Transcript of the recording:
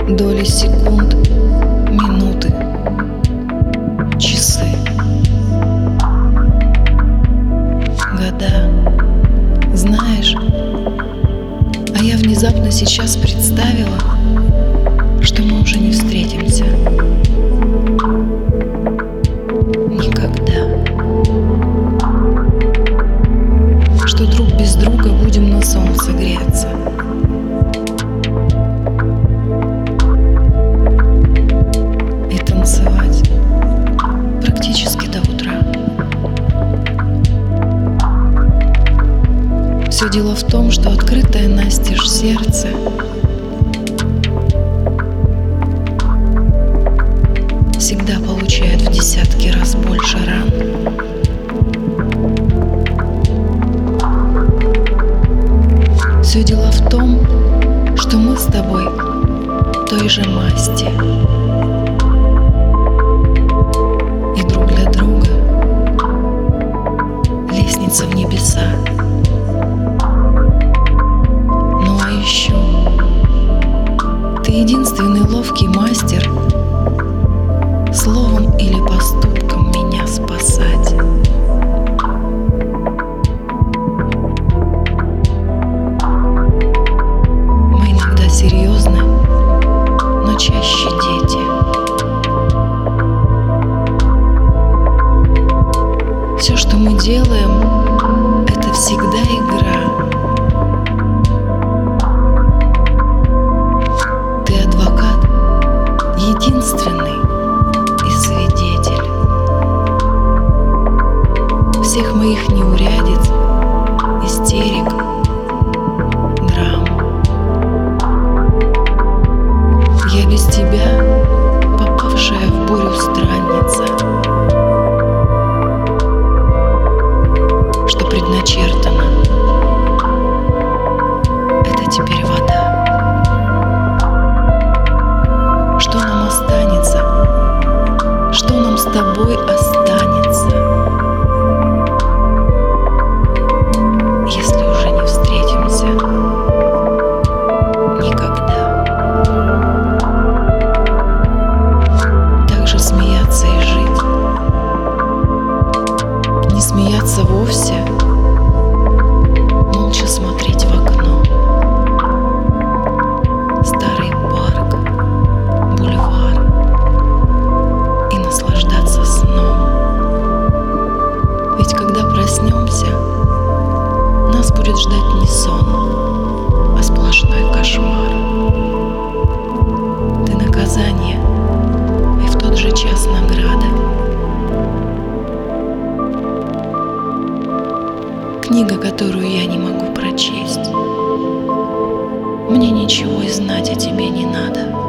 доли секунд, минуты, часы, года. Знаешь, а я внезапно сейчас представила, что мы уже не встретимся. Никогда. Что друг без друга будем на солнце греться. И танцевать практически до утра. Все дело в том, что открытое настежь сердце всегда получает в десятки раз больше ран. Все дело в том, что мы с тобой той же масти. И друг для друга лестница в небеса. Ну а еще ты единственный ловкий мастер словом или поступком меня спасать. Мы иногда серьезны, но чаще дети. Все, что мы делаем, это всегда игра. Ты адвокат, единственный и свидетель всех моих неурядиц, истерик, драм. Я без тебя попавшая в бурю странница, что предначертано, это теперь вода. Что нам останется? Что нам с тобой останется, если уже не встретимся никогда? Так же смеяться и жить, не смеяться вовсе, молча смотреть в окно. Старый парк, бульвар, и наслаждаться сном. Ведь когда проснемся, нас будет ждать не сон, а сплошной кошмар. Ты наказание, и в тот же час награда. Книга, которую я не могу прочесть. Мне ничего и знать о тебе не надо.